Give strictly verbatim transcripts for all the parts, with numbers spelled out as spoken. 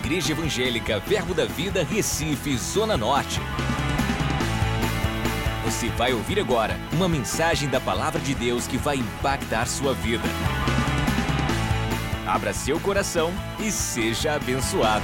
Igreja Evangélica Verbo da Vida, Recife, Zona Norte. Você vai ouvir agora uma mensagem da Palavra de Deus que vai impactar sua vida. Abra seu coração e seja abençoado.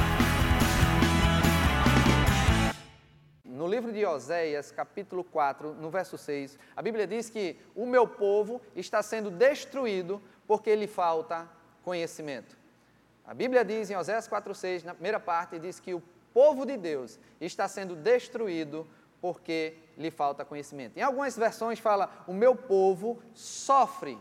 No livro de Oséias, capítulo quatro, no verso seis, a Bíblia diz que o meu povo está sendo destruído porque lhe falta conhecimento. A Bíblia diz em Oséias quatro, seis, na primeira parte, diz que o povo de Deus está sendo destruído porque lhe falta conhecimento. Em algumas versões fala, o meu povo sofre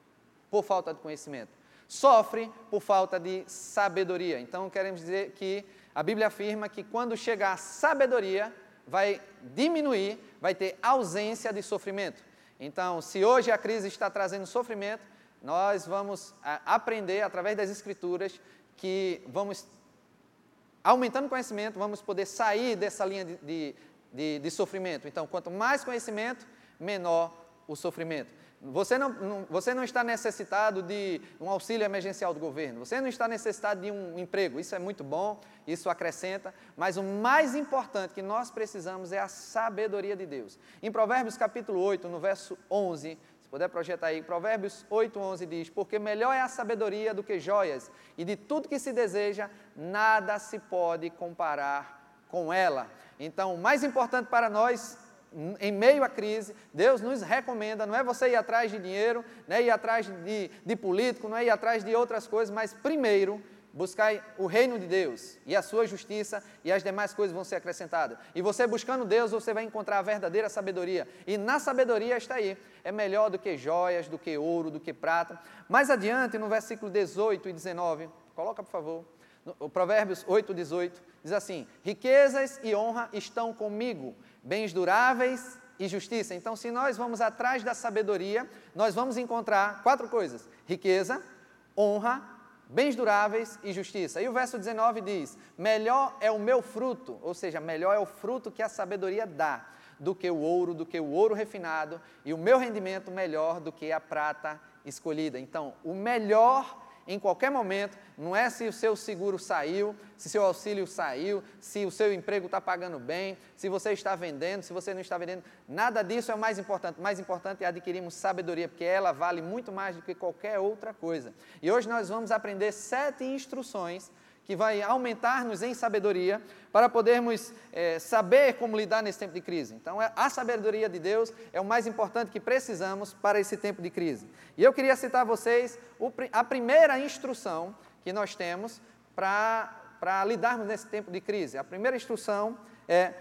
por falta de conhecimento. Sofre por falta de sabedoria. Então, queremos dizer que a Bíblia afirma que quando chegar a sabedoria, vai diminuir, vai ter ausência de sofrimento. Então, se hoje a crise está trazendo sofrimento, nós vamos a, aprender através das Escrituras que vamos, aumentando o conhecimento, vamos poder sair dessa linha de, de, de, de sofrimento. Então, quanto mais conhecimento, menor o sofrimento. Você não, não, você não está necessitado de um auxílio emergencial do governo, você não está necessitado de um emprego, isso é muito bom, isso acrescenta, mas o mais importante que nós precisamos é a sabedoria de Deus. Em Provérbios capítulo oito, no verso onze, se puder projetar aí, Provérbios oito, onze diz, porque melhor é a sabedoria do que joias, e de tudo que se deseja, nada se pode comparar com ela. Então, o mais importante para nós, em meio à crise, Deus nos recomenda, não é você ir atrás de dinheiro, não é ir atrás de, de político, não é ir atrás de outras coisas, mas primeiro, buscar o reino de Deus e a sua justiça e as demais coisas vão ser acrescentadas. E você buscando Deus, você vai encontrar a verdadeira sabedoria. E na sabedoria está aí, é melhor do que joias, do que ouro, do que prata. Mais adiante, no versículo dezoito e dezenove, coloca por favor, no, Provérbios oito, dezoito, diz assim, riquezas e honra estão comigo, bens duráveis e justiça. Então, se nós vamos atrás da sabedoria, nós vamos encontrar quatro coisas, riqueza, honra, bens duráveis e justiça. E o verso dezenove diz, melhor é o meu fruto, ou seja, melhor é o fruto que a sabedoria dá, do que o ouro, do que o ouro refinado, e o meu rendimento melhor do que a prata escolhida. Então, o melhor em qualquer momento, não é se o seu seguro saiu, se seu auxílio saiu, se o seu emprego está pagando bem, se você está vendendo, se você não está vendendo, nada disso é o mais importante. O mais importante é adquirirmos sabedoria, porque ela vale muito mais do que qualquer outra coisa. E hoje nós vamos aprender sete instruções que vai aumentar-nos em sabedoria para podermos é, saber como lidar nesse tempo de crise. Então, a sabedoria de Deus é o mais importante que precisamos para esse tempo de crise. E eu queria citar a vocês o, a primeira instrução que nós temos para para lidarmos nesse tempo de crise. A primeira instrução é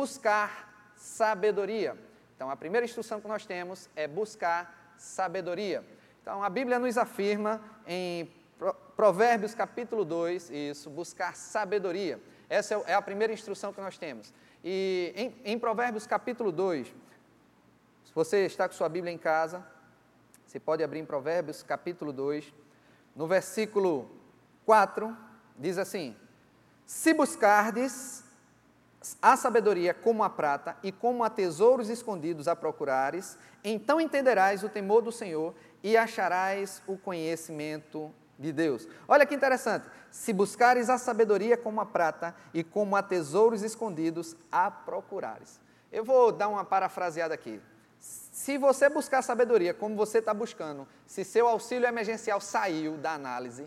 buscar sabedoria. Então, a primeira instrução que nós temos é buscar sabedoria. Então, a Bíblia nos afirma em Provérbios capítulo dois, isso, buscar sabedoria. Essa é a primeira instrução que nós temos. E em, em Provérbios capítulo dois, se você está com sua Bíblia em casa, você pode abrir em Provérbios capítulo dois, no versículo quatro, diz assim, se buscardes a sabedoria como a prata e como a tesouros escondidos a procurares, então entenderás o temor do Senhor e acharás o conhecimento de Deus. Olha que interessante, se buscares a sabedoria como a prata e como a tesouros escondidos a procurares. Eu vou dar uma parafraseada aqui. Se você buscar sabedoria como você está buscando, se seu auxílio emergencial saiu da análise,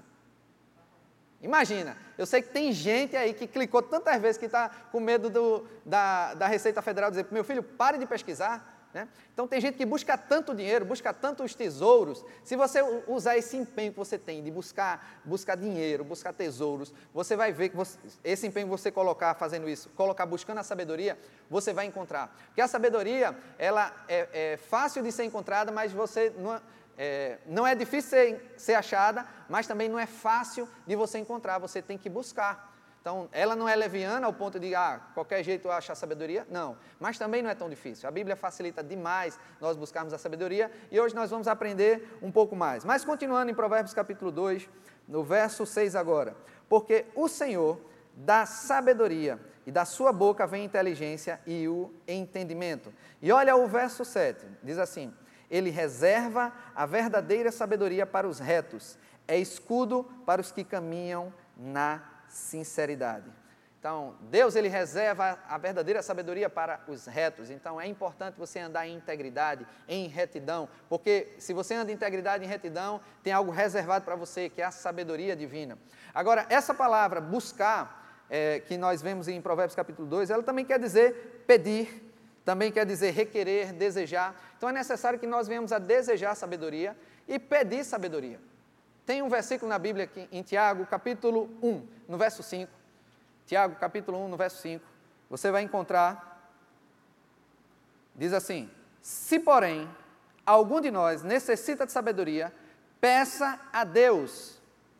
imagina, eu sei que tem gente aí que clicou tantas vezes que está com medo do, da, da Receita Federal dizer, meu filho, pare de pesquisar. Né? Então, tem gente que busca tanto dinheiro, busca tantos tesouros. Se você usar esse empenho que você tem de buscar, buscar dinheiro, buscar tesouros, você vai ver que você, esse empenho que você colocar fazendo isso, colocar buscando a sabedoria, você vai encontrar. Porque a sabedoria, ela é, é fácil de ser encontrada, mas você não, é, não é difícil ser, ser achada, mas também não é fácil de você encontrar, você tem que buscar. Então, ela não é leviana ao ponto de, ah, qualquer jeito eu achar sabedoria, não. Mas também não é tão difícil. A Bíblia facilita demais nós buscarmos a sabedoria e hoje nós vamos aprender um pouco mais. Mas continuando em Provérbios capítulo dois, no verso seis agora. Porque o Senhor dá sabedoria e da sua boca vem inteligência e o entendimento. E olha o verso sete, diz assim, ele reserva a verdadeira sabedoria para os retos, é escudo para os que caminham na sinceridade. Então, Deus ele reserva a verdadeira sabedoria para os retos. Então, é importante você andar em integridade, em retidão, porque se você anda em integridade e em retidão, tem algo reservado para você, que é a sabedoria divina. Agora, essa palavra, buscar, é, que nós vemos em Provérbios capítulo dois, ela também quer dizer pedir, também quer dizer requerer, desejar. Então, é necessário que nós venhamos a desejar sabedoria e pedir sabedoria. Tem um versículo na Bíblia, aqui, em Tiago, capítulo um, no verso cinco, Tiago, capítulo um, no verso cinco, você vai encontrar, diz assim: se, porém, algum de nós necessita de sabedoria, peça a Deus,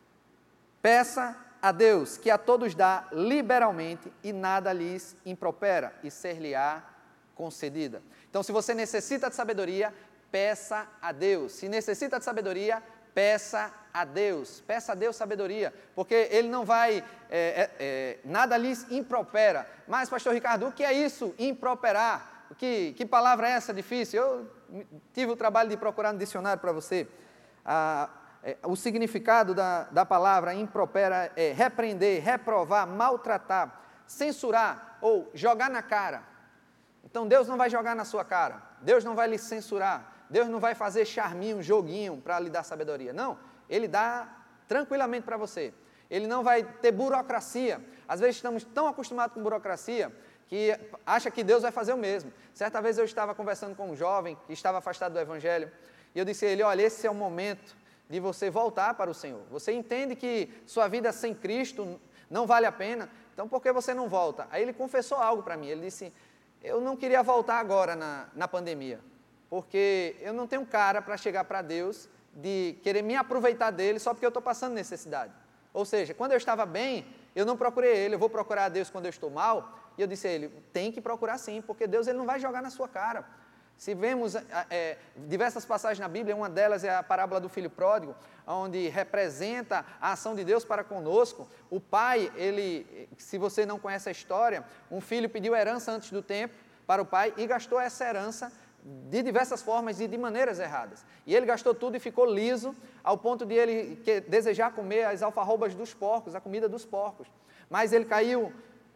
peça a Deus, que a todos dá liberalmente e nada lhes impropera, e ser-lhe-á concedida. Então, se você necessita de sabedoria, peça a Deus. Se necessita de sabedoria, peça a Deus, peça a Deus sabedoria, porque Ele não vai, é, é, é, nada lhes impropera. Mas, pastor Ricardo, o que é isso, improperar? Que, que palavra é essa difícil? Eu tive o trabalho de procurar no dicionário para você. Ah, é, o significado da, da palavra impropera é repreender, reprovar, maltratar, censurar ou jogar na cara. Então, Deus não vai jogar na sua cara, Deus não vai lhe censurar, Deus não vai fazer charminho, joguinho para lhe dar sabedoria. Não, Ele dá tranquilamente para você. Ele não vai ter burocracia. Às vezes estamos tão acostumados com burocracia que acha que Deus vai fazer o mesmo. Certa vez eu estava conversando com um jovem que estava afastado do Evangelho e eu disse a ele: olha, esse é o momento de você voltar para o Senhor. Você entende que sua vida sem Cristo não vale a pena? Então por que você não volta? Aí ele confessou algo para mim. Ele disse: eu não queria voltar agora na, na pandemia, porque eu não tenho cara para chegar para Deus, de querer me aproveitar dele só porque eu estou passando necessidade. Ou seja, quando eu estava bem, eu não procurei Ele, eu vou procurar a Deus quando eu estou mal. E eu disse a ele: tem que procurar sim, porque Deus ele não vai jogar na sua cara. Se vemos é, diversas passagens na Bíblia, uma delas é a parábola do filho pródigo, onde representa a ação de Deus para conosco. O pai, ele, se você não conhece a história, um filho pediu herança antes do tempo para o pai e gastou essa herança de diversas formas e de maneiras erradas. E ele gastou tudo e ficou liso, ao ponto de ele que, desejar comer as alfarrobas dos porcos, a comida dos porcos. Mas ele caiu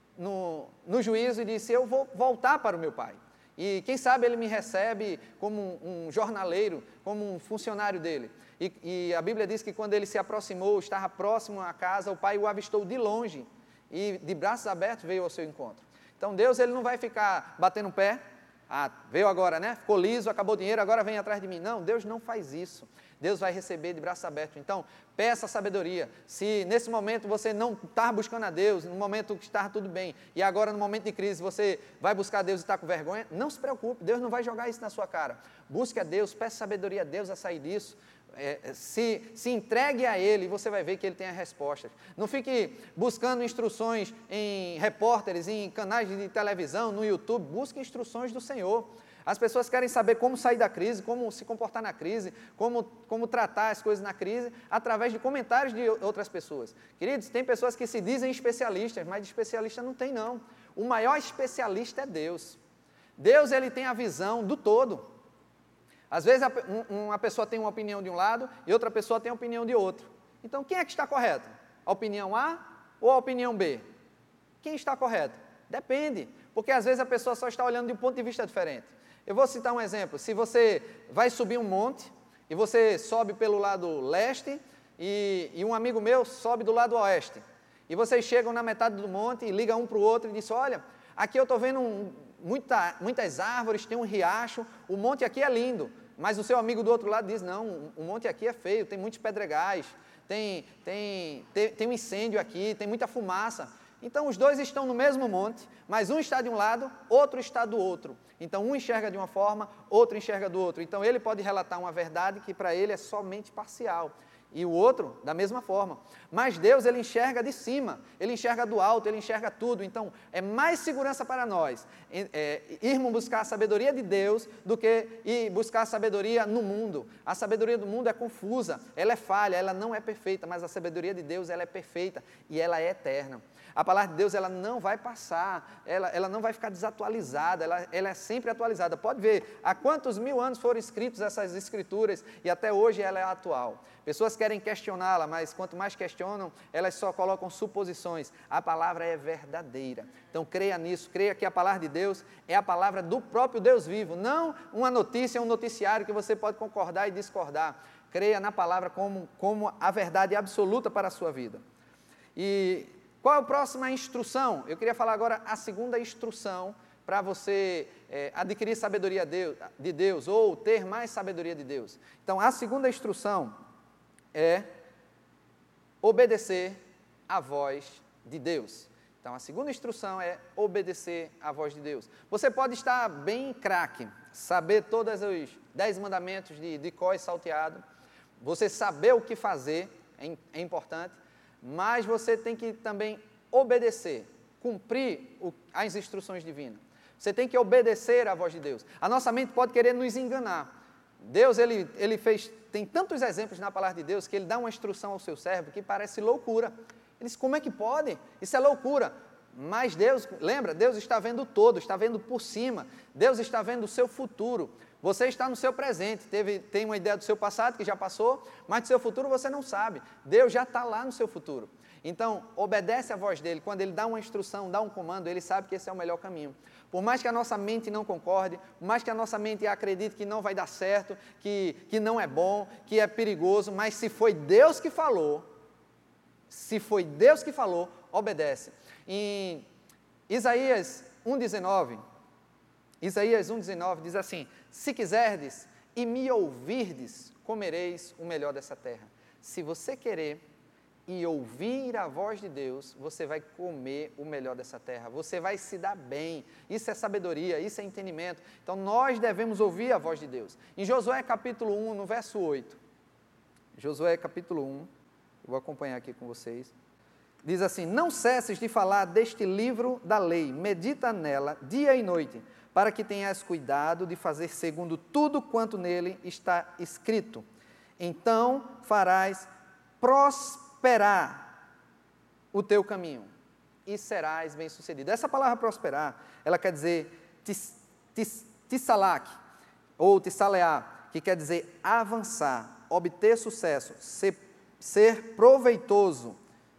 no, no juízo e disse: eu vou voltar para o meu pai. E quem sabe ele me recebe como um jornaleiro, como um funcionário dele. E, e a Bíblia diz que quando ele se aproximou, estava próximo à casa, o pai o avistou de longe e de braços abertos veio ao seu encontro. Então Deus ele não vai ficar batendo o pé. Ah, veio agora, né? Ficou liso, acabou o dinheiro, agora vem atrás de mim. Não, Deus não faz isso. Deus vai receber de braços abertos. Então, peça sabedoria. Se nesse momento você não está buscando a Deus, no momento que está tudo bem, e agora no momento de crise você vai buscar a Deus e está com vergonha, não se preocupe, Deus não vai jogar isso na sua cara. Busque a Deus, peça sabedoria a Deus a sair disso. É, se, se entregue a Ele e você vai ver que Ele tem as respostas. Não fique buscando instruções em repórteres, em canais de televisão, no YouTube. Busque instruções do Senhor. As pessoas querem saber como sair da crise, como se comportar na crise, como, como tratar as coisas na crise, através de comentários de outras pessoas. Queridos, tem pessoas que se dizem especialistas, mas de especialista não tem não. O maior especialista é Deus. Deus ele tem a visão do todo. Às vezes uma pessoa tem uma opinião de um lado e outra pessoa tem a opinião de outro. Então quem é que está correto? A opinião A ou a opinião B? Quem está correto? Depende, porque às vezes a pessoa só está olhando de um ponto de vista diferente. Eu vou citar um exemplo: se você vai subir um monte e você sobe pelo lado leste e, e um amigo meu sobe do lado oeste, e vocês chegam na metade do monte e ligam um para o outro e dizem: olha, aqui eu estou vendo um, muita, muitas árvores, tem um riacho, o monte aqui é lindo, mas o seu amigo do outro lado diz: não, o monte aqui é feio, tem muitos pedregais, tem, tem, tem, tem um incêndio aqui, tem muita fumaça. Então os dois estão no mesmo monte, mas um está de um lado, outro está do outro. Então um enxerga de uma forma, outro enxerga do outro. Então ele pode relatar uma verdade que para ele é somente parcial, e o outro da mesma forma. Mas Deus ele enxerga de cima, ele enxerga do alto, ele enxerga tudo. Então é mais segurança para nós é, irmos buscar a sabedoria de Deus do que ir buscar a sabedoria no mundo. A sabedoria do mundo é confusa, ela é falha, ela não é perfeita, mas a sabedoria de Deus ela é perfeita e ela é eterna. A palavra de Deus ela não vai passar, ela, ela não vai ficar desatualizada, ela, ela é sempre atualizada. Pode ver há quantos mil anos foram escritos essas escrituras e até hoje ela é atual. Pessoas querem questioná-la, mas quanto mais questionam, elas só colocam suposições. A palavra é verdadeira. Então creia nisso, creia que a palavra de Deus é a palavra do próprio Deus vivo, não uma notícia, um noticiário que você pode concordar e discordar. Creia na palavra como, como a verdade absoluta para a sua vida. E qual é a próxima instrução? Eu queria falar agora a segunda instrução para você é, adquirir sabedoria de Deus ou ter mais sabedoria de Deus. Então, a segunda instrução é obedecer à voz de Deus. Então, a segunda instrução é obedecer à voz de Deus. Você pode estar bem craque, saber todos os dez mandamentos de, de cor e salteado, você saber o que fazer é, é importante, mas você tem que também obedecer, cumprir o, as instruções divinas. Você tem que obedecer à voz de Deus. A nossa mente pode querer nos enganar. Deus, ele, ele fez, tem tantos exemplos na palavra de Deus, que ele dá uma instrução ao seu cérebro que parece loucura. Ele diz, como é que pode? Isso é loucura. Mas Deus, lembra, Deus está vendo todo, está vendo por cima. Deus está vendo o seu futuro. Você está no seu presente, teve, tem uma ideia do seu passado que já passou, mas do seu futuro você não sabe. Deus já está lá no seu futuro. Então, obedece à voz dele. Quando ele dá uma instrução, dá um comando, ele sabe que esse é o melhor caminho. Por mais que a nossa mente não concorde, por mais que a nossa mente acredite que não vai dar certo, que, que não é bom, que é perigoso, mas se foi Deus que falou, se foi Deus que falou, obedece. Em Isaías um, dezenove, Isaías um, dezenove diz assim, se quiserdes e me ouvirdes, comereis o melhor dessa terra. Se você querer e ouvir a voz de Deus, você vai comer o melhor dessa terra, você vai se dar bem, isso é sabedoria, isso é entendimento. Então nós devemos ouvir a voz de Deus. Em Josué capítulo um, no verso oito, Josué capítulo um, eu vou acompanhar aqui com vocês, diz assim, não cesses de falar deste livro da lei, medita nela dia e noite, para que tenhas cuidado de fazer segundo tudo quanto nele está escrito. Então farás prosperar o teu caminho e serás bem-sucedido. Essa palavra prosperar, ela quer dizer tis, tis, tissalak, ou tissalear, que quer dizer avançar, obter sucesso, ser, ser proveitoso,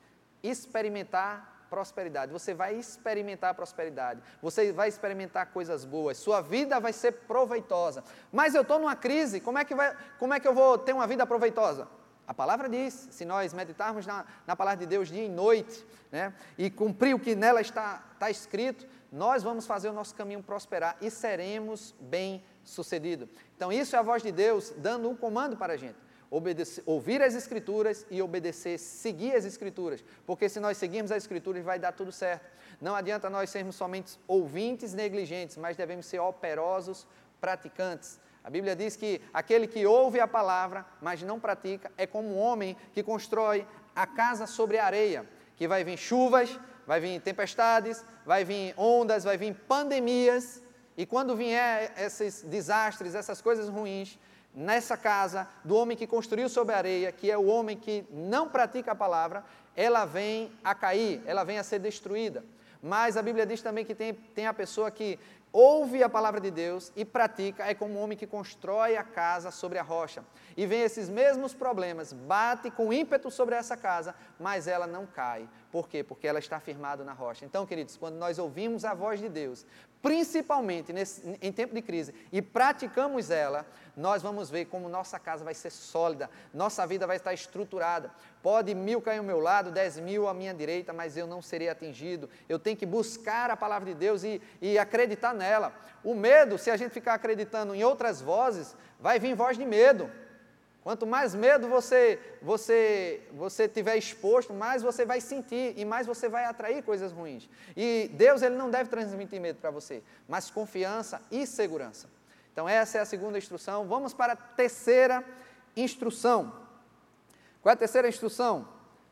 experimentar prosperidade. Você vai experimentar prosperidade, você vai experimentar coisas boas, sua vida vai ser proveitosa. Mas eu estou numa crise, como é, que vai, como é que eu vou ter uma vida proveitosa? A palavra diz, se nós meditarmos na, na palavra de Deus dia e noite, né, e cumprir o que nela está, está escrito, nós vamos fazer o nosso caminho prosperar e seremos bem-sucedidos. Então isso é a voz de Deus dando um comando para a gente. Obedecer, ouvir as Escrituras e obedecer, seguir as Escrituras, porque se nós seguirmos as Escrituras vai dar tudo certo. Não adianta nós sermos somente ouvintes negligentes, mas devemos ser operosos praticantes. A Bíblia diz que aquele que ouve a palavra, mas não pratica, é como um homem que constrói a casa sobre a areia, que vai vir chuvas, vai vir tempestades, vai vir ondas, vai vir pandemias, e quando vier esses desastres, essas coisas ruins, nessa casa do homem que construiu sobre a areia, que é o homem que não pratica a palavra, ela vem a cair, ela vem a ser destruída. Mas a Bíblia diz também que tem, tem a pessoa que ouve a palavra de Deus e pratica, é como um homem que constrói a casa sobre a rocha. E vem esses mesmos problemas, bate com ímpeto sobre essa casa, mas ela não cai. Por quê? Porque ela está firmada na rocha. Então, queridos, quando nós ouvimos a voz de Deus, principalmente nesse, em tempo de crise, e praticamos ela, nós vamos ver como nossa casa vai ser sólida, nossa vida vai estar estruturada. Pode mil cair ao meu lado, dez mil à minha direita, mas eu não serei atingido. Eu tenho que buscar a palavra de Deus e, e acreditar nela. O medo, se a gente ficar acreditando em outras vozes, vai vir voz de medo. Quanto mais medo você, você, você tiver exposto, mais você vai sentir e mais você vai atrair coisas ruins. E Deus, ele não deve transmitir medo para você, mas confiança e segurança. Então essa é a segunda instrução. Vamos para a terceira instrução. Qual é a terceira instrução?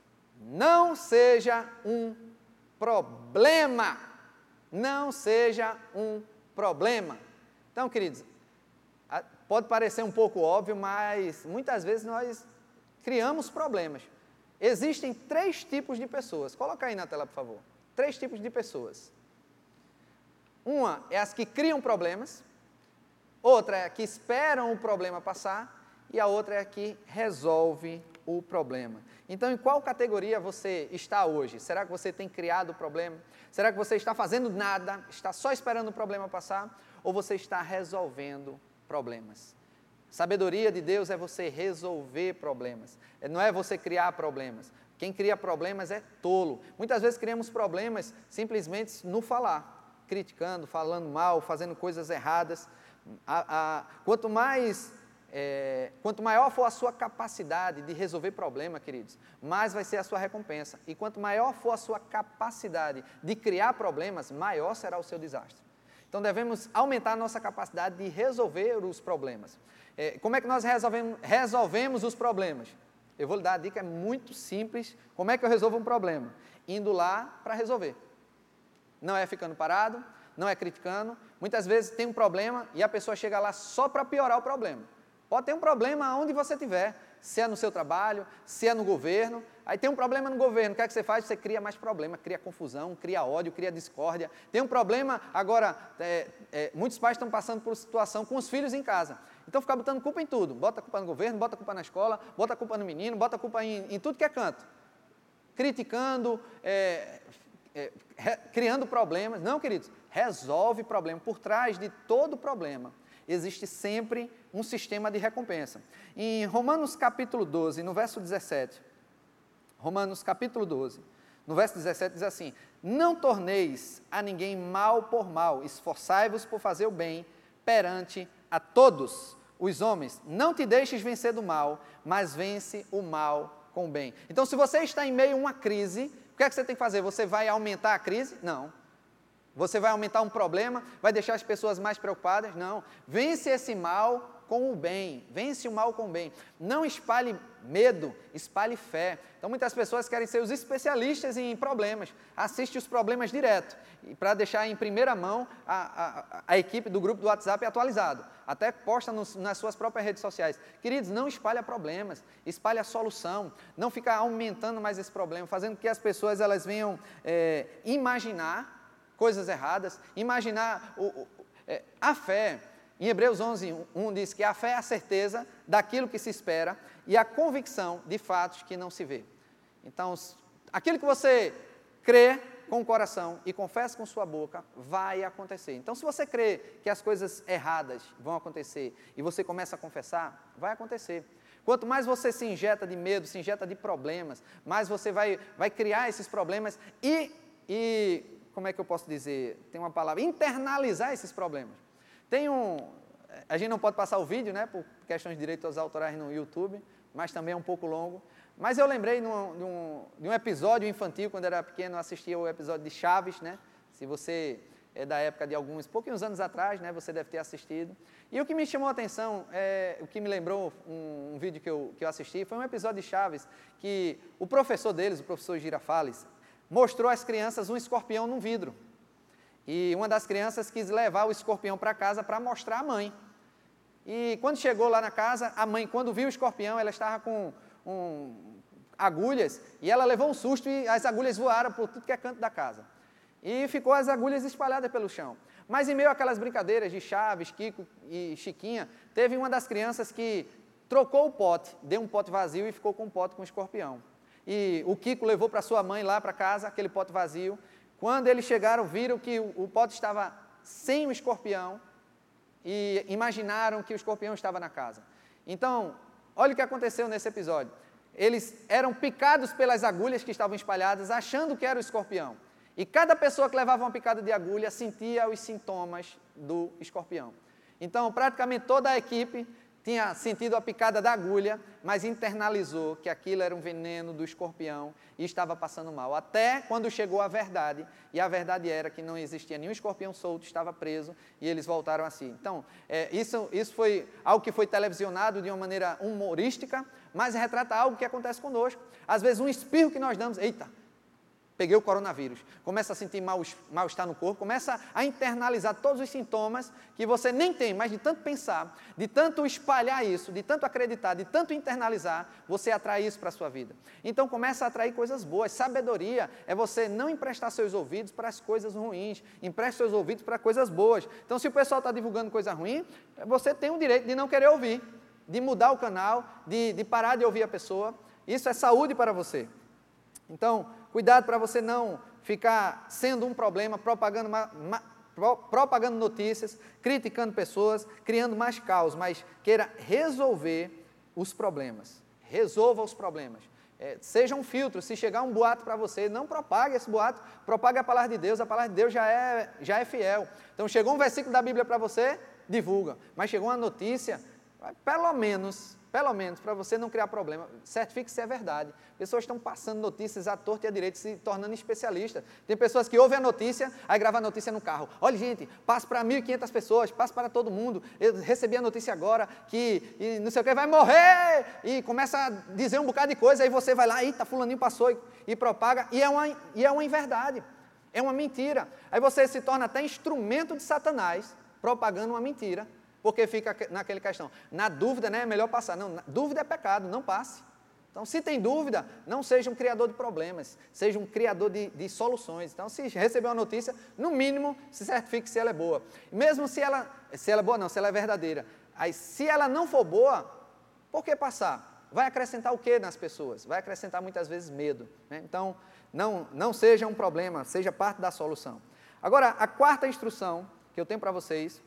Não seja um problema. Não seja um problema. Então, queridos, pode parecer um pouco óbvio, mas muitas vezes nós criamos problemas. Existem três tipos de pessoas. Coloca aí na tela, por favor. Três tipos de pessoas. Uma é as que criam problemas, outra é a que esperam o problema passar, e a outra é a que resolve o problema. Então, em qual categoria você está hoje? Será que você tem criado o problema? Será que você está fazendo nada, está só esperando o problema passar? Ou você está resolvendo problemas? Sabedoria de Deus é você resolver problemas, não é você criar problemas. Quem cria problemas é tolo. Muitas vezes criamos problemas simplesmente no falar, criticando, falando mal, fazendo coisas erradas. A, a, quanto mais, é, quanto maior for a sua capacidade de resolver problema, queridos, mais vai ser a sua recompensa. E quanto maior for a sua capacidade de criar problemas, maior será o seu desastre. Então devemos aumentar a nossa capacidade de resolver os problemas. É, como é que nós resolvemos, resolvemos os problemas? Eu vou lhe dar a dica, é muito simples. Como é que eu resolvo um problema? Indo lá para resolver. Não é ficando parado, não é criticando. Muitas vezes tem um problema e a pessoa chega lá só para piorar o problema. Pode ter um problema onde você estiver, se é no seu trabalho, se é no governo. Aí tem um problema no governo, o que é que você faz? Você cria mais problema, cria confusão, cria ódio, cria discórdia. Tem um problema, agora, é, é, muitos pais estão passando por situação com os filhos em casa. Então fica botando culpa em tudo, bota a culpa no governo, bota a culpa na escola, bota a culpa no menino, bota a culpa em, em tudo que é canto. Criticando, é, é, re, criando problemas. Não, queridos, resolve problema. Por trás de todo problema existe sempre um sistema de recompensa. Em Romanos capítulo doze, no verso dezessete, Romanos capítulo doze, no verso dezessete diz assim: não torneis a ninguém mal por mal, esforçai-vos por fazer o bem perante a todos os homens. Não te deixes vencer do mal, mas vence o mal com o bem. Então, se você está em meio a uma crise, o que é que você tem que fazer? Você vai aumentar a crise? Não. Você vai aumentar um problema? Vai deixar as pessoas mais preocupadas? Não. Vence esse mal com o bem, vence o mal com o bem. Não espalhe medo, espalhe fé. Então, muitas pessoas querem ser os especialistas em problemas, assiste os problemas direto, e para deixar em primeira mão a, a, a equipe do grupo do WhatsApp atualizado, até posta nos, nas suas próprias redes sociais. Queridos, não espalhe problemas, espalhe a solução, não fica aumentando mais esse problema, fazendo com que as pessoas elas venham é, imaginar coisas erradas, imaginar o, o, é, a fé. Em Hebreus onze, um diz que a fé é a certeza daquilo que se espera e a convicção de fatos que não se vê. Então, aquilo que você crê com o coração e confessa com sua boca, vai acontecer. Então, se você crê que as coisas erradas vão acontecer e você começa a confessar, vai acontecer. Quanto mais você se injeta de medo, se injeta de problemas, mais você vai, vai criar esses problemas e, e, como é que eu posso dizer, tem uma palavra, internalizar esses problemas. Tem um, a gente não pode passar o vídeo, né, por questões de direitos autorais no YouTube, mas também é um pouco longo. Mas eu lembrei de um, de um, de um episódio infantil, quando eu era pequeno, eu assistia o episódio de Chaves, né? Se você é da época de alguns, pouquinhos anos atrás, né, você deve ter assistido. E o que me chamou a atenção, é, o que me lembrou um, um vídeo que eu, que eu assisti, foi um episódio de Chaves, que o professor deles, o professor Girafales, mostrou às crianças um escorpião num vidro. E uma das crianças quis levar o escorpião para casa para mostrar à mãe. E quando chegou lá na casa, a mãe, quando viu o escorpião, ela estava com um, agulhas, e ela levou um susto e as agulhas voaram por tudo que é canto da casa. E ficou as agulhas espalhadas pelo chão. Mas em meio àquelas brincadeiras de Chaves, Kiko e Chiquinha, teve uma das crianças que trocou o pote, deu um pote vazio e ficou com um pote com escorpião. E o Kiko levou para sua mãe lá para casa, aquele pote vazio. Quando eles chegaram, viram que o, o pote estava sem o escorpião e imaginaram que o escorpião estava na casa. Então, olha o que aconteceu nesse episódio. Eles eram picados pelas agulhas que estavam espalhadas, achando que era o escorpião. E cada pessoa que levava uma picada de agulha sentia os sintomas do escorpião. Então, praticamente toda a equipe tinha sentido a picada da agulha, mas internalizou que aquilo era um veneno do escorpião e estava passando mal. Até quando chegou a verdade, e a verdade era que não existia nenhum escorpião solto, estava preso, e eles voltaram a si. Então, é, isso, isso foi algo que foi televisionado de uma maneira humorística, mas retrata algo que acontece conosco. Às vezes um espirro que nós damos, eita, peguei o coronavírus, começa a sentir mal, mal-estar no corpo, começa a internalizar todos os sintomas que você nem tem, mas de tanto pensar, de tanto espalhar isso, de tanto acreditar, de tanto internalizar, você atrai isso para a sua vida. Então começa a atrair coisas boas. Sabedoria é você não emprestar seus ouvidos para as coisas ruins, empreste seus ouvidos para coisas boas. Então se o pessoal está divulgando coisa ruim, você tem o direito de não querer ouvir, de mudar o canal, de, de parar de ouvir a pessoa. Isso é saúde para você. Então, cuidado para você não ficar sendo um problema, propagando, ma, ma, pro, propagando notícias, criticando pessoas, criando mais caos, mas queira resolver os problemas. Resolva os problemas. É, seja um filtro. Se chegar um boato para você, não propague esse boato, propague a palavra de Deus. A palavra de Deus já é, já é fiel. Então, chegou um versículo da Bíblia para você, divulga. Mas chegou uma notícia, pelo menos... Pelo menos, para você não criar problema, certifique se é verdade. Pessoas estão passando notícias à torta e à direita, se tornando especialistas. Tem pessoas que ouvem a notícia, aí gravam a notícia no carro. Olha, gente, passa para mil e quinhentas pessoas, passa para todo mundo. Eu recebi a notícia agora que e não sei o que, vai morrer! E começa a dizer um bocado de coisa, aí você vai lá, eita, fulaninho passou e, e propaga. E é, uma, e é uma inverdade, é uma mentira. Aí você se torna até instrumento de Satanás, propagando uma mentira. Porque fica naquela questão, na dúvida, né, é melhor passar. Não, dúvida é pecado, não passe. Então, se tem dúvida, não seja um criador de problemas, seja um criador de, de soluções. Então, se receber uma notícia, no mínimo, se certifique se ela é boa. Mesmo se ela, se ela é boa não, se ela é verdadeira. Aí, se ela não for boa, por que passar? Vai acrescentar o que nas pessoas? Vai acrescentar muitas vezes medo. Né? Então, não, não seja um problema, seja parte da solução. Agora, a quarta instrução que eu tenho para vocês,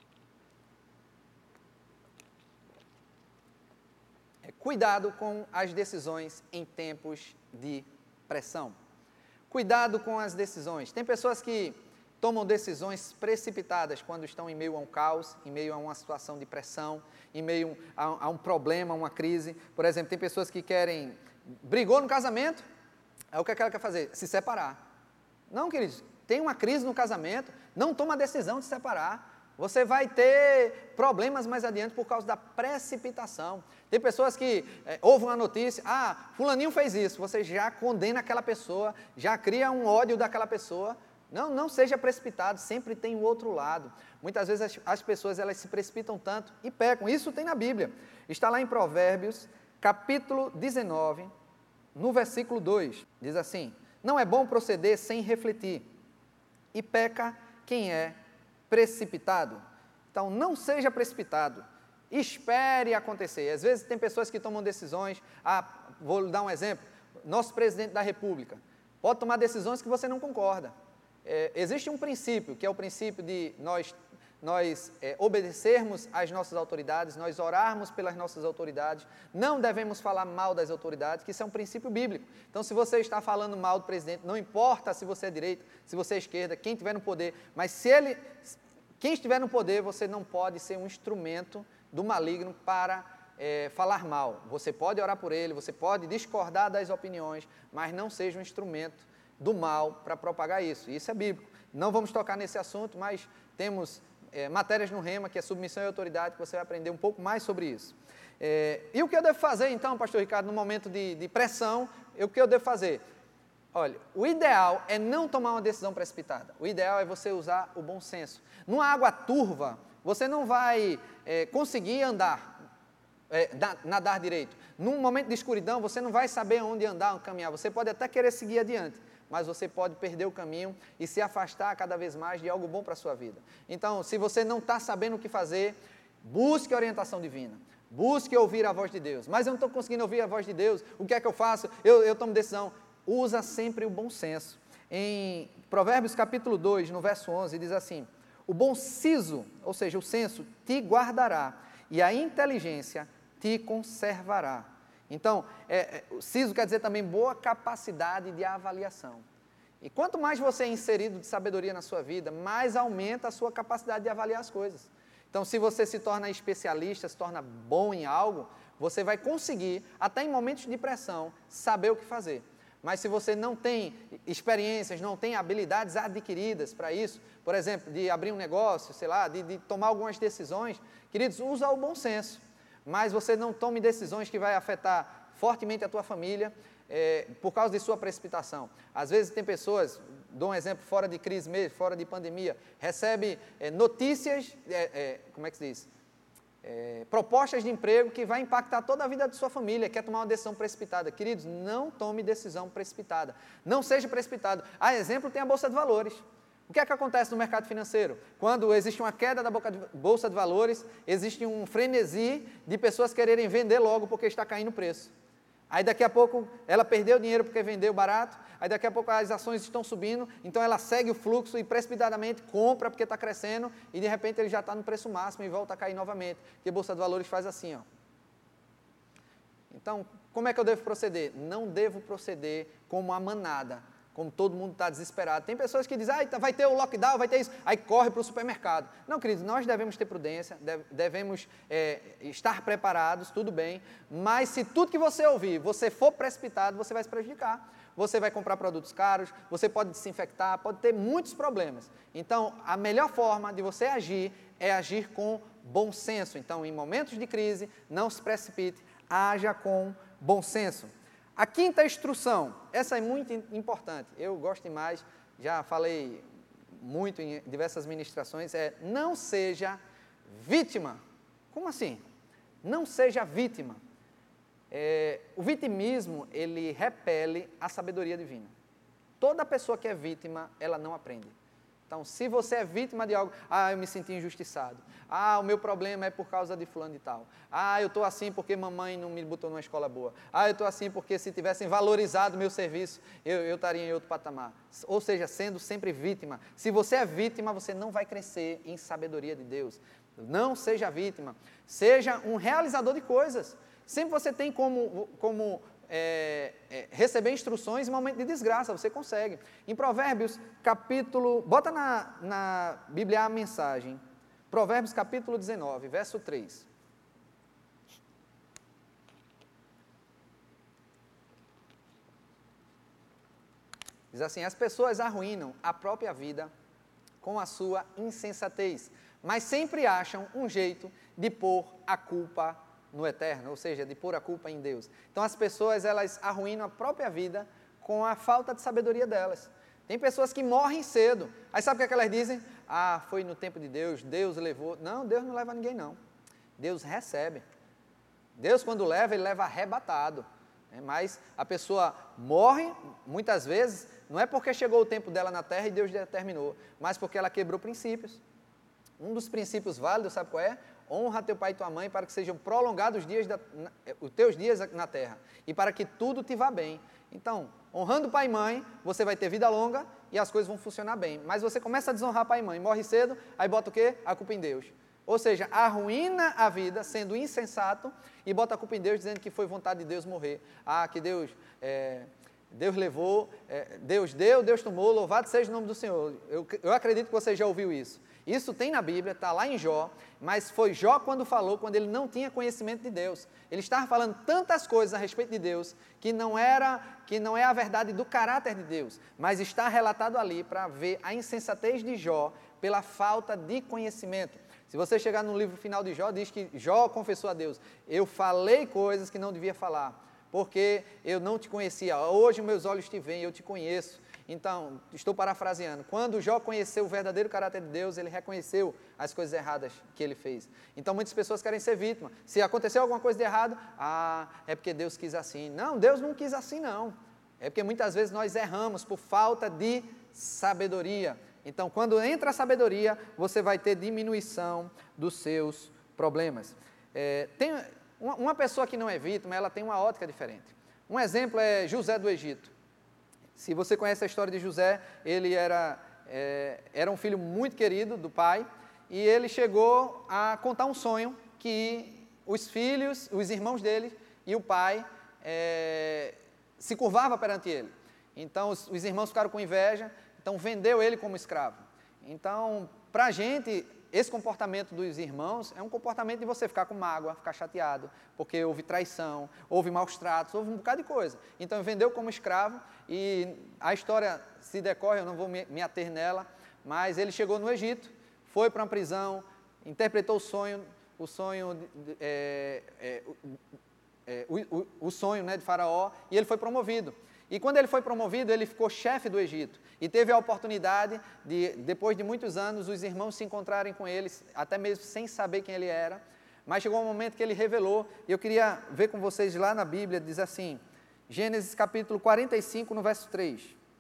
cuidado com as decisões em tempos de pressão. Cuidado com as decisões. Tem pessoas que tomam decisões precipitadas quando estão em meio a um caos, em meio a uma situação de pressão, em meio a, a um problema, uma crise. Por exemplo, tem pessoas que querem... Brigou no casamento, aí o que, é que ela quer fazer? Se separar. Não, queridos, tem uma crise no casamento, não toma a decisão de se separar. Você vai ter problemas mais adiante por causa da precipitação. Tem pessoas que é, ouvem uma notícia, ah, fulaninho fez isso, você já condena aquela pessoa, já cria um ódio daquela pessoa. Não, não seja precipitado, sempre tem o outro lado. Muitas vezes as, as pessoas elas se precipitam tanto e pecam. Isso tem na Bíblia. Está lá em Provérbios, capítulo dezenove, no versículo dois. Diz assim, não é bom proceder sem refletir, e peca quem é precipitado. Então, não seja precipitado, espere acontecer. Às vezes tem pessoas que tomam decisões, ah, vou dar um exemplo, nosso presidente da República pode tomar decisões que você não concorda. É, existe um princípio, que é o princípio de nós, nós é, obedecermos às nossas autoridades, nós orarmos pelas nossas autoridades, não devemos falar mal das autoridades, que isso é um princípio bíblico. Então, se você está falando mal do presidente, não importa se você é direita, se você é esquerda, quem estiver no poder, mas se ele... Quem estiver no poder, você não pode ser um instrumento do maligno para é, falar mal. Você pode orar por ele, você pode discordar das opiniões, mas não seja um instrumento do mal para propagar isso. Isso é bíblico. Não vamos tocar nesse assunto, mas temos é, matérias no Rema, que é submissão e autoridade, que você vai aprender um pouco mais sobre isso. É, e o que eu devo fazer, então, pastor Ricardo, no momento de, de pressão, o que eu devo fazer? Olha, o ideal é não tomar uma decisão precipitada. O ideal é você usar o bom senso. Numa água turva, você não vai é, conseguir andar, é, nadar direito. Num momento de escuridão, você não vai saber onde andar, onde caminhar. Você pode até querer seguir adiante, mas você pode perder o caminho e se afastar cada vez mais de algo bom para a sua vida. Então, se você não está sabendo o que fazer, busque a orientação divina. Busque ouvir a voz de Deus. Mas eu não estou conseguindo ouvir a voz de Deus. O que é que eu faço? Eu, eu tomo decisão. Usa sempre o bom senso. Em Provérbios capítulo dois, no verso onze, diz assim, o bom siso, ou seja, o senso, te guardará, e a inteligência te conservará. Então, é, é, o siso quer dizer também boa capacidade de avaliação. E quanto mais você é inserido de sabedoria na sua vida, mais aumenta a sua capacidade de avaliar as coisas. Então, se você se torna especialista, se torna bom em algo, você vai conseguir, até em momentos de pressão, saber o que fazer. Mas se você não tem experiências, não tem habilidades adquiridas para isso, por exemplo, de abrir um negócio, sei lá, de, de tomar algumas decisões, queridos, usa o bom senso. Mas você não tome decisões que vai afetar fortemente a tua família é, por causa de sua precipitação. Às vezes tem pessoas, dou um exemplo, fora de crise mesmo, fora de pandemia, recebe é, notícias, é, é, como é que se diz? É, propostas de emprego que vai impactar toda a vida de sua família, quer tomar uma decisão precipitada. Queridos, não tome decisão precipitada, não seja precipitado. A exemplo tem a Bolsa de Valores. O que é que acontece no mercado financeiro? Quando existe uma queda da Bolsa de Valores, existe um frenesi de pessoas quererem vender logo porque está caindo o preço. Aí daqui a pouco ela perdeu dinheiro porque vendeu barato, aí daqui a pouco as ações estão subindo, então ela segue o fluxo e precipitadamente compra porque está crescendo e de repente ele já está no preço máximo e volta a cair novamente, porque a Bolsa de Valores faz assim, ó. Então, como é que eu devo proceder? Não devo proceder como a manada, como todo mundo está desesperado. Tem pessoas que dizem, ah, vai ter o lockdown, vai ter isso, aí corre para o supermercado. Não, queridos, nós devemos ter prudência, devemos é, estar preparados, tudo bem, mas se tudo que você ouvir, você for precipitado, você vai se prejudicar. Você vai comprar produtos caros, você pode desinfectar, pode ter muitos problemas. Então, a melhor forma de você agir é agir com bom senso. Então, em momentos de crise, não se precipite, haja com bom senso. A quinta instrução, essa é muito importante, eu gosto demais, já falei muito em diversas ministrações, é não seja vítima. Como assim? Não seja vítima. É, o vitimismo, ele repele a sabedoria divina. Toda pessoa que é vítima, ela não aprende. Então, se você é vítima de algo, ah, eu me senti injustiçado, ah, o meu problema é por causa de fulano e tal, ah, eu estou assim porque mamãe não me botou numa escola boa, ah, eu estou assim porque se tivessem valorizado o meu serviço, eu, eu estaria em outro patamar. Ou seja, sendo sempre vítima. Se você é vítima, você não vai crescer em sabedoria de Deus. Não seja vítima, seja um realizador de coisas. Sempre você tem como... como É, é, receber instruções em momento de desgraça, você consegue. Em Provérbios, capítulo, bota na, na Bíblia a mensagem, Provérbios capítulo dezenove, verso três. Diz assim, as pessoas arruinam a própria vida com a sua insensatez, mas sempre acham um jeito de pôr a culpa no eterno, ou seja, de pôr a culpa em Deus. Então as pessoas, elas arruinam a própria vida com a falta de sabedoria delas. Tem pessoas que morrem cedo, aí sabe o que, é que elas dizem? Ah, foi no tempo de Deus, Deus levou. Não, Deus não leva ninguém não, Deus recebe. Deus quando leva, Ele leva arrebatado, né? Mas a pessoa morre, muitas vezes, não é porque chegou o tempo dela na terra e Deus determinou, mas porque ela quebrou princípios. Um dos princípios válidos, sabe qual é? Honra teu pai e tua mãe para que sejam prolongados os, dias da, na, os teus dias na terra e para que tudo te vá bem. Então, honrando pai e mãe, você vai ter vida longa e as coisas vão funcionar bem. Mas você começa a desonrar pai e mãe, morre cedo, aí bota o quê? A culpa em Deus. Ou seja, arruína a vida sendo insensato e bota a culpa em Deus dizendo que foi vontade de Deus morrer. Ah, que Deus... É, Deus levou, é, Deus deu, Deus tomou, louvado seja o nome do Senhor. Eu, eu acredito que você já ouviu isso. Isso tem na Bíblia, está lá em Jó, mas foi Jó quando falou, quando ele não tinha conhecimento de Deus. Ele estava falando tantas coisas a respeito de Deus, que não, era, que não é a verdade do caráter de Deus, mas está relatado ali para ver a insensatez de Jó pela falta de conhecimento. Se você chegar no livro final de Jó, diz que Jó confessou a Deus, eu falei coisas que não devia falar, porque eu não te conhecia, hoje meus olhos te veem, eu te conheço. Então, estou parafraseando, quando Jó conheceu o verdadeiro caráter de Deus, ele reconheceu as coisas erradas que ele fez. Então, muitas pessoas querem ser vítimas. Se aconteceu alguma coisa de errado, ah, é porque Deus quis assim. Não, Deus não quis assim não. É porque muitas vezes nós erramos por falta de sabedoria. Então, quando entra a sabedoria, você vai ter diminuição dos seus problemas. É, tem... Uma pessoa que não é vítima, ela tem uma ótica diferente. Um exemplo é José do Egito. Se você conhece a história de José, ele era, é, era um filho muito querido do pai, e ele chegou a contar um sonho que os filhos, os irmãos dele e o pai é, se curvavam perante ele. Então, os, os irmãos ficaram com inveja, então vendeu ele como escravo. Então, para a gente... Esse comportamento dos irmãos é um comportamento de você ficar com mágoa, ficar chateado, porque houve traição, houve maus tratos, houve um bocado de coisa. Então, vendeu como escravo e a história se decorre, eu não vou me, me ater nela, mas ele chegou no Egito, foi para uma prisão, interpretou o sonho, o sonho, é, é, é, o, o, o sonho, né, de Faraó, e ele foi promovido. E quando ele foi promovido, ele ficou chefe do Egito. E teve a oportunidade de, depois de muitos anos, os irmãos se encontrarem com ele, até mesmo sem saber quem ele era. Mas chegou um momento que ele revelou, e eu queria ver com vocês lá na Bíblia, diz assim, Gênesis capítulo quarenta e cinco, no verso três.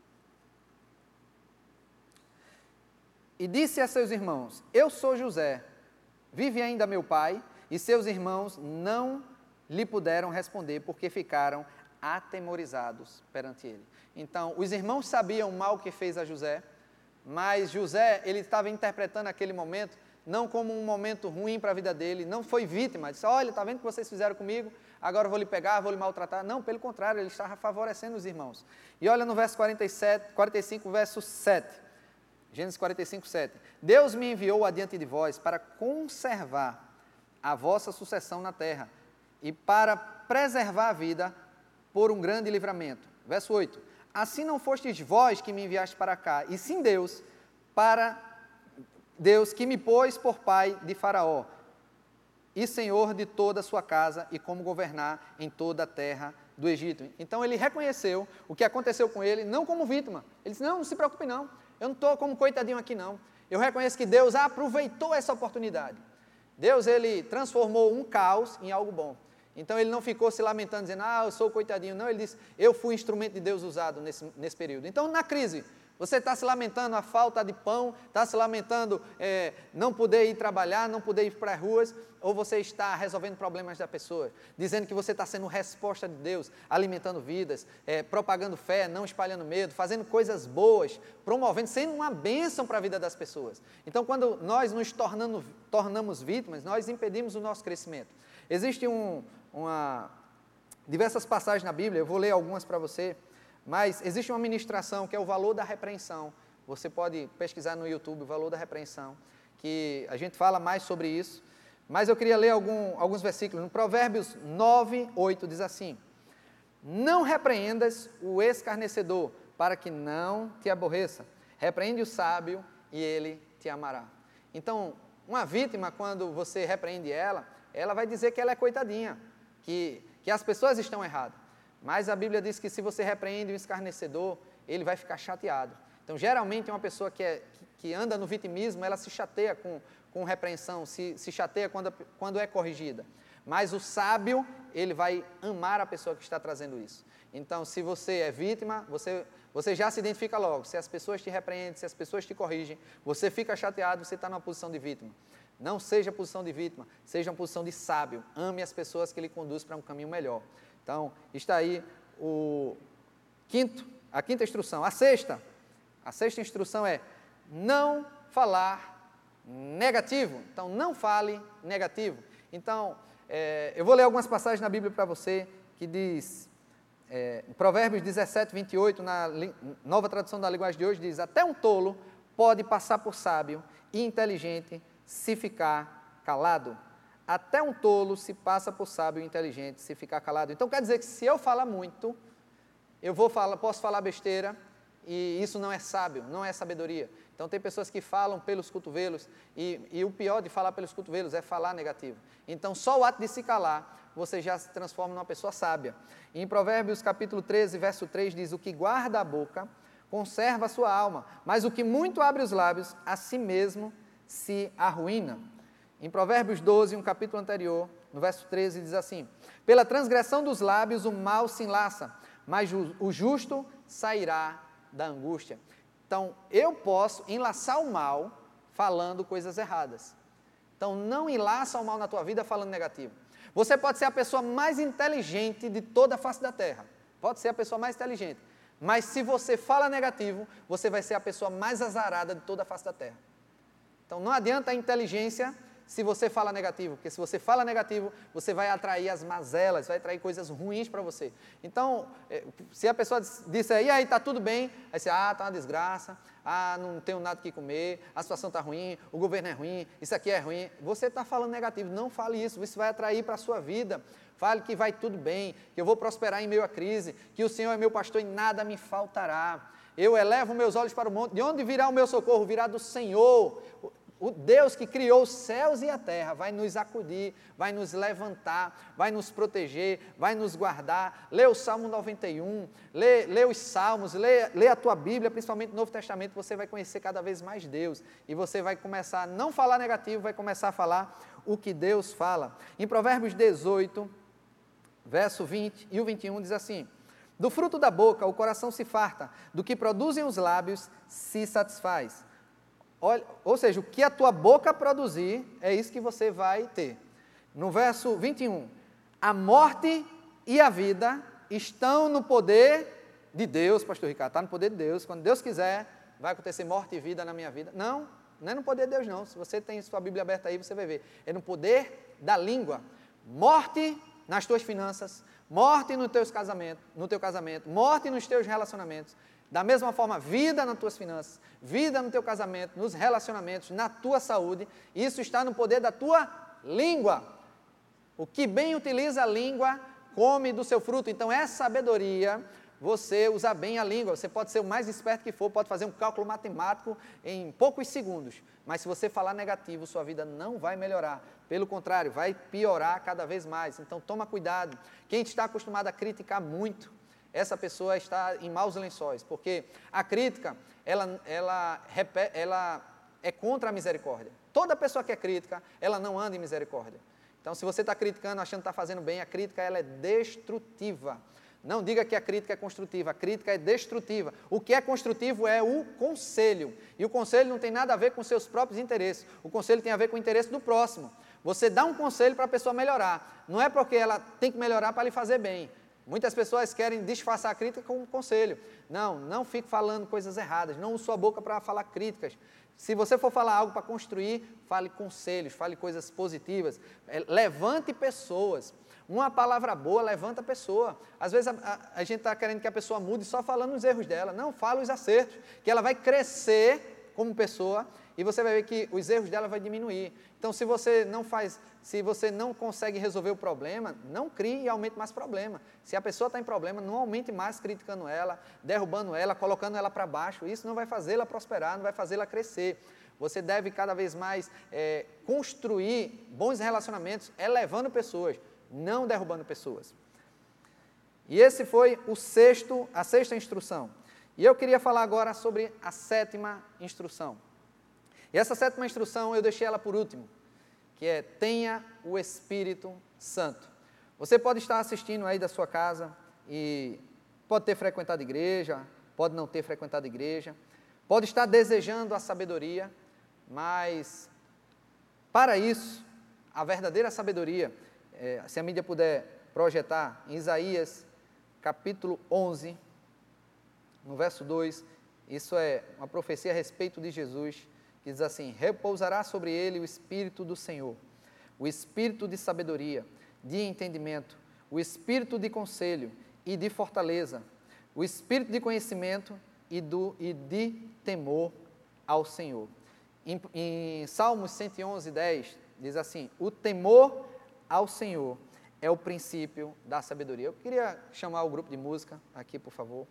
E disse a seus irmãos, eu sou José, vive ainda meu pai? E seus irmãos não lhe puderam responder, porque ficaram atemorizados perante ele. Então, os irmãos sabiam o mal que fez a José, mas José, ele estava interpretando aquele momento, não como um momento ruim para a vida dele, não foi vítima, disse, olha, está vendo o que vocês fizeram comigo, agora eu vou lhe pegar, vou lhe maltratar. Não, pelo contrário, ele estava favorecendo os irmãos. E olha no verso quarenta e sete, quarenta e cinco, verso sete, Gênesis quarenta e cinco, sete. Deus me enviou adiante de vós para conservar a vossa sucessão na terra e para preservar a vida por um grande livramento. Verso oito. Assim não fostes vós que me enviaste para cá, e sim Deus, para Deus que me pôs por pai de Faraó e senhor de toda a sua casa e como governar em toda a terra do Egito. Então ele reconheceu o que aconteceu com ele, não como vítima. Ele disse, não, não se preocupe não, eu não estou como coitadinho aqui não. Eu reconheço que Deus aproveitou essa oportunidade. Deus, ele transformou um caos em algo bom. Então ele não ficou se lamentando, dizendo, ah, eu sou coitadinho. Não, ele disse, eu fui instrumento de Deus usado nesse, nesse período. Então na crise, você está se lamentando a falta de pão, está se lamentando é, não poder ir trabalhar, não poder ir para as ruas, ou você está resolvendo problemas da pessoa, dizendo que você está sendo resposta de Deus, alimentando vidas, é, propagando fé, não espalhando medo, fazendo coisas boas, promovendo, sendo uma bênção para a vida das pessoas. Então quando nós nos tornando, tornamos vítimas, nós impedimos o nosso crescimento. Existe um, uma, diversas passagens na Bíblia, eu vou ler algumas para você, mas existe uma ministração que é o valor da repreensão. Você pode pesquisar no YouTube o valor da repreensão, que a gente fala mais sobre isso. Mas eu queria ler algum, alguns versículos. No Provérbios nove, oito diz assim, não repreendas o escarnecedor, para que não te aborreça. Repreende o sábio e ele te amará. Então, uma vítima, quando você repreende ela, ela vai dizer que ela é coitadinha, que, que as pessoas estão erradas. Mas a Bíblia diz que se você repreende um escarnecedor, ele vai ficar chateado. Então, geralmente, uma pessoa que, é, que anda no vitimismo, ela se chateia com, com repreensão, se, se chateia quando, quando é corrigida. Mas o sábio, ele vai amar a pessoa que está trazendo isso. Então, se você é vítima, você, você já se identifica logo. Se as pessoas te repreendem, se as pessoas te corrigem, você fica chateado, você está numa posição de vítima. Não seja posição de vítima, seja uma posição de sábio. Ame as pessoas que lhe conduzem para um caminho melhor. Então, está aí o quinto, a quinta instrução. A sexta, a sexta instrução é não falar negativo. Então, não fale negativo. Então, é, eu vou ler algumas passagens na Bíblia para você, que diz, é, em Provérbios dezessete, vinte e oito, na li, nova tradução da linguagem de hoje, diz, até um tolo pode passar por sábio e inteligente se ficar calado. Até um tolo se passa por sábio e inteligente se ficar calado. Então quer dizer que se eu falar muito, eu vou falar, posso falar besteira e isso não é sábio, não é sabedoria. Então tem pessoas que falam pelos cotovelos e, e o pior de falar pelos cotovelos é falar negativo. Então só o ato de se calar, você já se transforma numa pessoa sábia. E em Provérbios capítulo treze, verso três diz, o que guarda a boca conserva a sua alma, mas o que muito abre os lábios, a si mesmo se arruína. Em Provérbios doze, um capítulo anterior, no verso treze, diz assim, pela transgressão dos lábios o mal se enlaça, mas o justo sairá da angústia. Então, eu posso enlaçar o mal falando coisas erradas. Então, não enlaça o mal na tua vida falando negativo. Você pode ser a pessoa mais inteligente de toda a face da terra. Pode ser a pessoa mais inteligente. Mas se você fala negativo, você vai ser a pessoa mais azarada de toda a face da terra. Então, não adianta a inteligência se você fala negativo, porque se você fala negativo, você vai atrair as mazelas, vai atrair coisas ruins para você. Então, se a pessoa disser, e aí, está tudo bem? Aí você, ah, está uma desgraça, ah, não tenho nada que comer, a situação está ruim, o governo é ruim, isso aqui é ruim. Você está falando negativo, não fale isso, isso vai atrair para a sua vida. Fale que vai tudo bem, que eu vou prosperar em meio à crise, que o Senhor é meu pastor e nada me faltará. Eu elevo meus olhos para o monte, de onde virá o meu socorro? Virá do Senhor. o Deus que criou os céus e a terra vai nos acudir, vai nos levantar, vai nos proteger, vai nos guardar. Lê o Salmo noventa e um, lê, lê os Salmos, lê, lê a tua Bíblia, principalmente no Novo Testamento, você vai conhecer cada vez mais Deus. E você vai começar a não falar negativo, vai começar a falar o que Deus fala. Em Provérbios dezoito, verso vinte e o vinte e um diz assim: do fruto da boca o coração se farta, do que produzem os lábios se satisfaz. Olha, ou seja, o que a tua boca produzir, é isso que você vai ter. No verso vinte e um, a morte e a vida estão no poder de Deus, pastor Ricardo, está no poder de Deus. Quando Deus quiser, vai acontecer morte e vida na minha vida. Não, não é no poder de Deus não. Se você tem sua Bíblia aberta aí, você vai ver. É no poder da língua. Morte nas tuas finanças, morte no teu casamento, no teu casamento, morte nos teus relacionamentos. Da mesma forma, vida nas tuas finanças, vida no teu casamento, nos relacionamentos, na tua saúde. Isso está no poder da tua língua. O que bem utiliza a língua, come do seu fruto. Então, é sabedoria você usar bem a língua. Você pode ser o mais esperto que for, pode fazer um cálculo matemático em poucos segundos. Mas se você falar negativo, sua vida não vai melhorar. Pelo contrário, vai piorar cada vez mais. Então, toma cuidado. Quem está acostumado a criticar muito, essa pessoa está em maus lençóis, porque a crítica, ela, ela, ela é contra a misericórdia. Toda pessoa que é crítica, ela não anda em misericórdia. Então, se você está criticando, achando que está fazendo bem, a crítica ela é destrutiva. Não diga que a crítica é construtiva, a crítica é destrutiva. O que é construtivo é o conselho, e o conselho não tem nada a ver com seus próprios interesses, o conselho tem a ver com o interesse do próximo. Você dá um conselho para a pessoa melhorar, não é porque ela tem que melhorar para lhe fazer bem. Muitas pessoas querem disfarçar a crítica com um conselho. Não, não fique falando coisas erradas, não use sua boca para falar críticas. Se você for falar algo para construir, fale conselhos, fale coisas positivas, é, levante pessoas. Uma palavra boa levanta a pessoa. Às vezes a, a, a gente está querendo que a pessoa mude só falando os erros dela. Não, fala os acertos, que ela vai crescer como pessoa e você vai ver que os erros dela vão diminuir. Então, se você não faz, se você não consegue resolver o problema, não crie e aumente mais problema. Se a pessoa está em problema, não aumente mais criticando ela, derrubando ela, colocando ela para baixo. Isso não vai fazê-la prosperar, não vai fazê-la crescer. Você deve cada vez mais é, construir bons relacionamentos, elevando pessoas, não derrubando pessoas. E esse foi o sexto, a sexta instrução. E eu queria falar agora sobre a sétima instrução. E essa sétima instrução eu deixei ela por último, que é tenha o Espírito Santo. Você pode estar assistindo aí da sua casa e pode ter frequentado igreja, pode não ter frequentado igreja, pode estar desejando a sabedoria, mas para isso, a verdadeira sabedoria, é, se a mídia puder projetar, em Isaías capítulo onze, no verso dois, isso é uma profecia a respeito de Jesus, que diz assim: repousará sobre ele o Espírito do Senhor, o Espírito de sabedoria, de entendimento, o Espírito de conselho e de fortaleza, o Espírito de conhecimento e, do, e de temor ao Senhor. Em, em Salmos cento e onze, dez, diz assim: o temor ao Senhor é o princípio da sabedoria. Eu queria chamar o grupo de música aqui, por favor.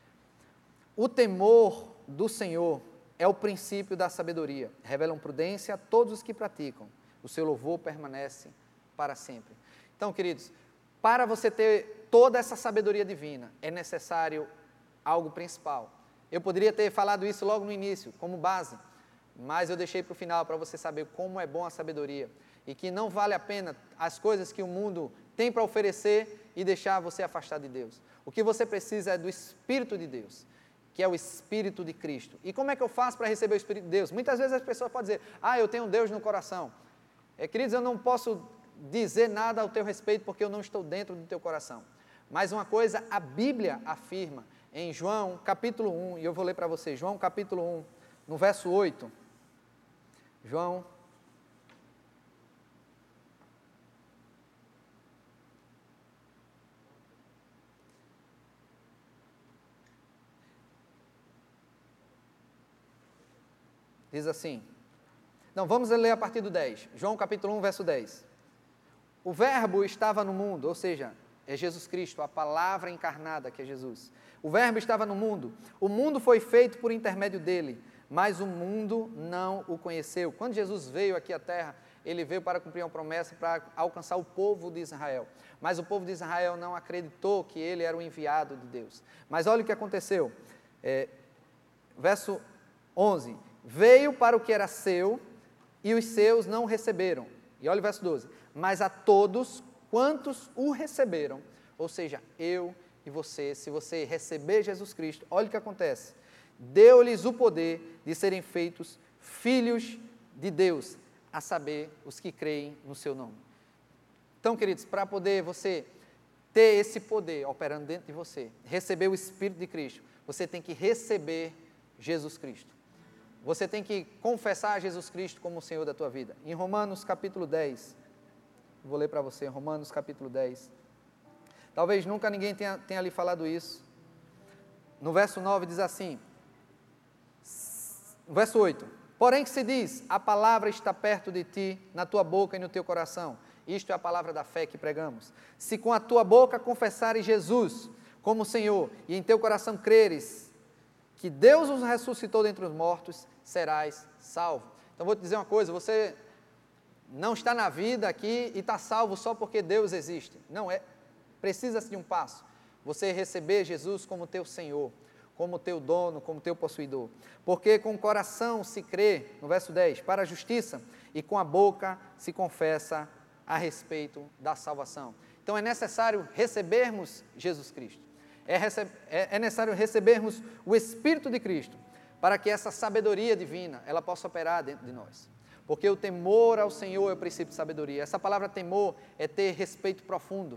O temor do Senhor é o princípio da sabedoria. Revelam prudência a todos os que praticam. O seu louvor permanece para sempre. Então, queridos, para você ter toda essa sabedoria divina, é necessário algo principal. Eu poderia ter falado isso logo no início, como base, mas eu deixei para o final, para você saber como é bom a sabedoria. E que não vale a pena as coisas que o mundo tem para oferecer e deixar você afastado de Deus. O que você precisa é do Espírito de Deus, que é o Espírito de Cristo. E como é que eu faço para receber o Espírito de Deus? Muitas vezes as pessoas podem dizer: ah, eu tenho Deus no coração. É, queridos, eu não posso dizer nada ao teu respeito porque eu não estou dentro do teu coração. Mas uma coisa a Bíblia afirma em João capítulo um, e eu vou ler para você, João capítulo um, no verso oito. João diz assim, não, vamos ler a partir do dez, João capítulo um, verso dez. O verbo estava no mundo, ou seja, é Jesus Cristo, a palavra encarnada que é Jesus. O verbo estava no mundo, o mundo foi feito por intermédio dele, mas o mundo não o conheceu. Quando Jesus veio aqui à terra, ele veio para cumprir uma promessa, para alcançar o povo de Israel. Mas o povo de Israel não acreditou que ele era o enviado de Deus. Mas olha o que aconteceu. É, verso onze. Veio para o que era seu, e os seus não o receberam. E olha o verso doze. Mas a todos quantos o receberam, ou seja, eu e você, se você receber Jesus Cristo, olha o que acontece. Deu-lhes o poder de serem feitos filhos de Deus, a saber, os que creem no seu nome. Então, queridos, para poder você ter esse poder operando dentro de você, receber o Espírito de Cristo, você tem que receber Jesus Cristo. Você tem que confessar Jesus Cristo como o Senhor da tua vida. Em Romanos capítulo dez, vou ler para você, Romanos capítulo dez. Talvez nunca ninguém tenha, tenha lhe falado isso. No verso nove diz assim, no verso oito, porém que se diz, a palavra está perto de ti, na tua boca e no teu coração. Isto é a palavra da fé que pregamos. Se com a tua boca confessares Jesus como Senhor, e em teu coração creres que Deus os ressuscitou dentre os mortos, serás salvo. Então vou te dizer uma coisa, você não está na vida aqui e está salvo só porque Deus existe. Não é, precisa-se de um passo. Você receber Jesus como teu Senhor, como teu dono, como teu possuidor. Porque com o coração se crê, no verso dez, para a justiça, e com a boca se confessa a respeito da salvação. Então é necessário recebermos Jesus Cristo. É, rece- é, é necessário recebermos o Espírito de Cristo, para que essa sabedoria divina, ela possa operar dentro de nós. Porque o temor ao Senhor é o princípio de sabedoria. Essa palavra temor é ter respeito profundo,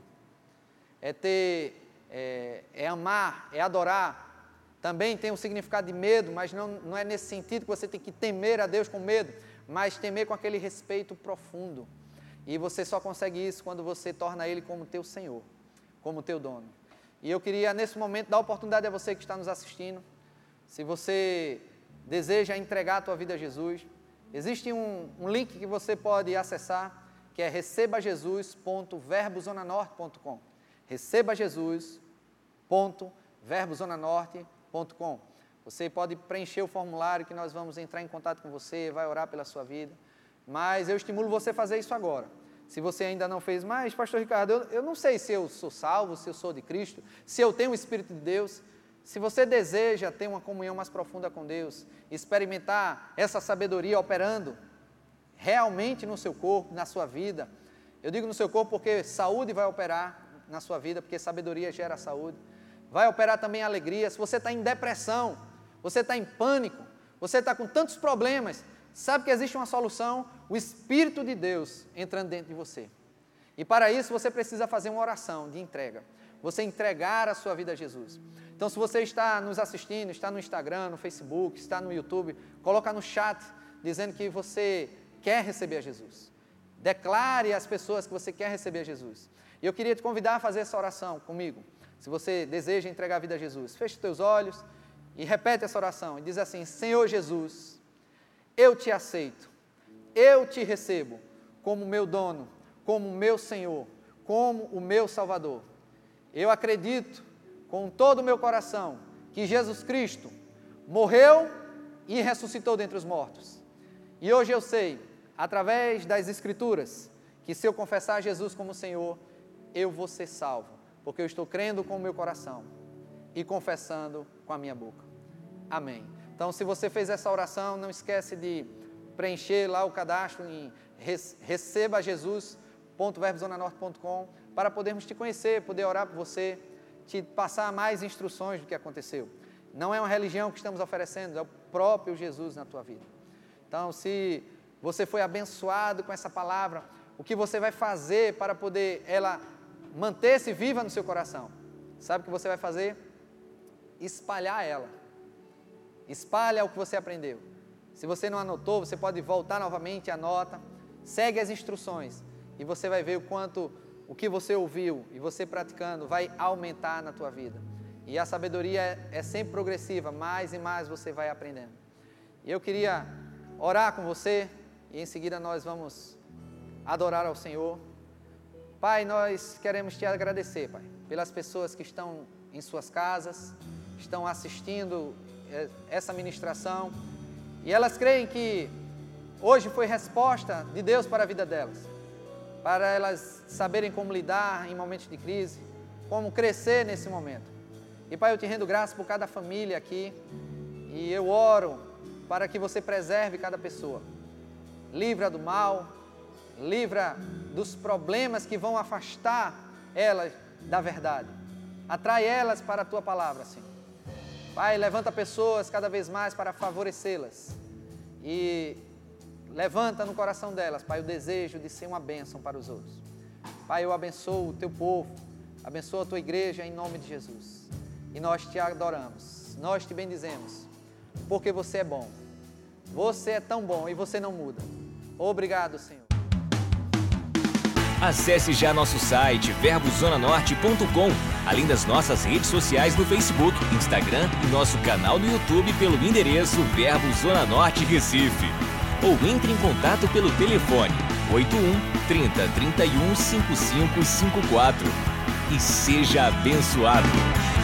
é ter, é, é amar, é adorar. Também tem um significado de medo, mas não, não é nesse sentido que você tem que temer a Deus com medo, mas temer com aquele respeito profundo. E você só consegue isso quando você torna Ele como teu Senhor, como teu dono. E eu queria, nesse momento, dar a oportunidade a você que está nos assistindo. Se você deseja entregar a tua vida a Jesus, existe um, um link que você pode acessar, que é receba jesus ponto verbo zona norte ponto com. receba jesus ponto verbo zona norte ponto com. Você pode preencher o formulário que nós vamos entrar em contato com você, vai orar pela sua vida. Mas eu estimulo você a fazer isso agora. Se você ainda não fez, mas pastor Ricardo, eu, eu não sei se eu sou salvo, se eu sou de Cristo, se eu tenho o Espírito de Deus. Se você deseja ter uma comunhão mais profunda com Deus, experimentar essa sabedoria operando realmente no seu corpo, na sua vida. Eu digo no seu corpo porque saúde vai operar na sua vida, porque sabedoria gera saúde. Vai operar também alegria. Se você está em depressão, você está em pânico, você está com tantos problemas, sabe que existe uma solução? O Espírito de Deus entrando dentro de você. E para isso você precisa fazer uma oração de entrega. Você entregar a sua vida a Jesus. Então se você está nos assistindo, está no Instagram, no Facebook, está no YouTube, coloca no chat dizendo que você quer receber a Jesus. Declare às pessoas que você quer receber a Jesus. E eu queria te convidar a fazer essa oração comigo. Se você deseja entregar a vida a Jesus, feche os teus olhos e repete essa oração. E diz assim, Senhor Jesus, eu te aceito, eu te recebo como meu dono, como meu Senhor, como o meu Salvador. Eu acredito com todo o meu coração que Jesus Cristo morreu e ressuscitou dentre os mortos. E hoje eu sei, através das Escrituras, que se eu confessar Jesus como Senhor, eu vou ser salvo, porque eu estou crendo com o meu coração e confessando com a minha boca. Amém. Então, se você fez essa oração, não esquece de preencher lá o cadastro em receba jesus ponto verbo zona norte ponto com para podermos te conhecer, poder orar por você, te passar mais instruções do que aconteceu. Não é uma religião que estamos oferecendo, é o próprio Jesus na tua vida. Então, se você foi abençoado com essa palavra, o que você vai fazer para poder ela manter-se viva no seu coração? Sabe o que você vai fazer? Espalhar ela. Espalha o que você aprendeu. Se você não anotou, você pode voltar novamente, anota, segue as instruções e você vai ver o quanto o que você ouviu e você praticando vai aumentar na tua vida. E a sabedoria é, é sempre progressiva, mais e mais você vai aprendendo. E eu queria orar com você e em seguida nós vamos adorar ao Senhor. Pai, nós queremos te agradecer, Pai, pelas pessoas que estão em suas casas, estão assistindo essa ministração E elas creem que hoje foi resposta de Deus para a vida delas, para elas saberem como lidar em momentos de crise, como crescer nesse momento. E Pai, eu te rendo graças por cada família aqui, e eu oro para que você preserve cada pessoa, livra do mal, livra dos problemas que vão afastar elas da verdade, atrai elas para a Tua palavra, Senhor. Pai, levanta pessoas cada vez mais para favorecê-las e levanta no coração delas, Pai, o desejo de ser uma bênção para os outros. Pai, eu abençoo o Teu povo, abençoa a Tua igreja em nome de Jesus. E nós Te adoramos, nós Te bendizemos, porque Você é bom. Você é tão bom e Você não muda. Obrigado, Senhor. Acesse já nosso site verbo zona norte ponto com, além das nossas redes sociais no Facebook, Instagram e nosso canal no YouTube pelo endereço Verbo Zona Norte Recife. Ou entre em contato pelo telefone oito um, trinta, trinta e um, cinquenta e cinco cinquenta e quatro. E seja abençoado!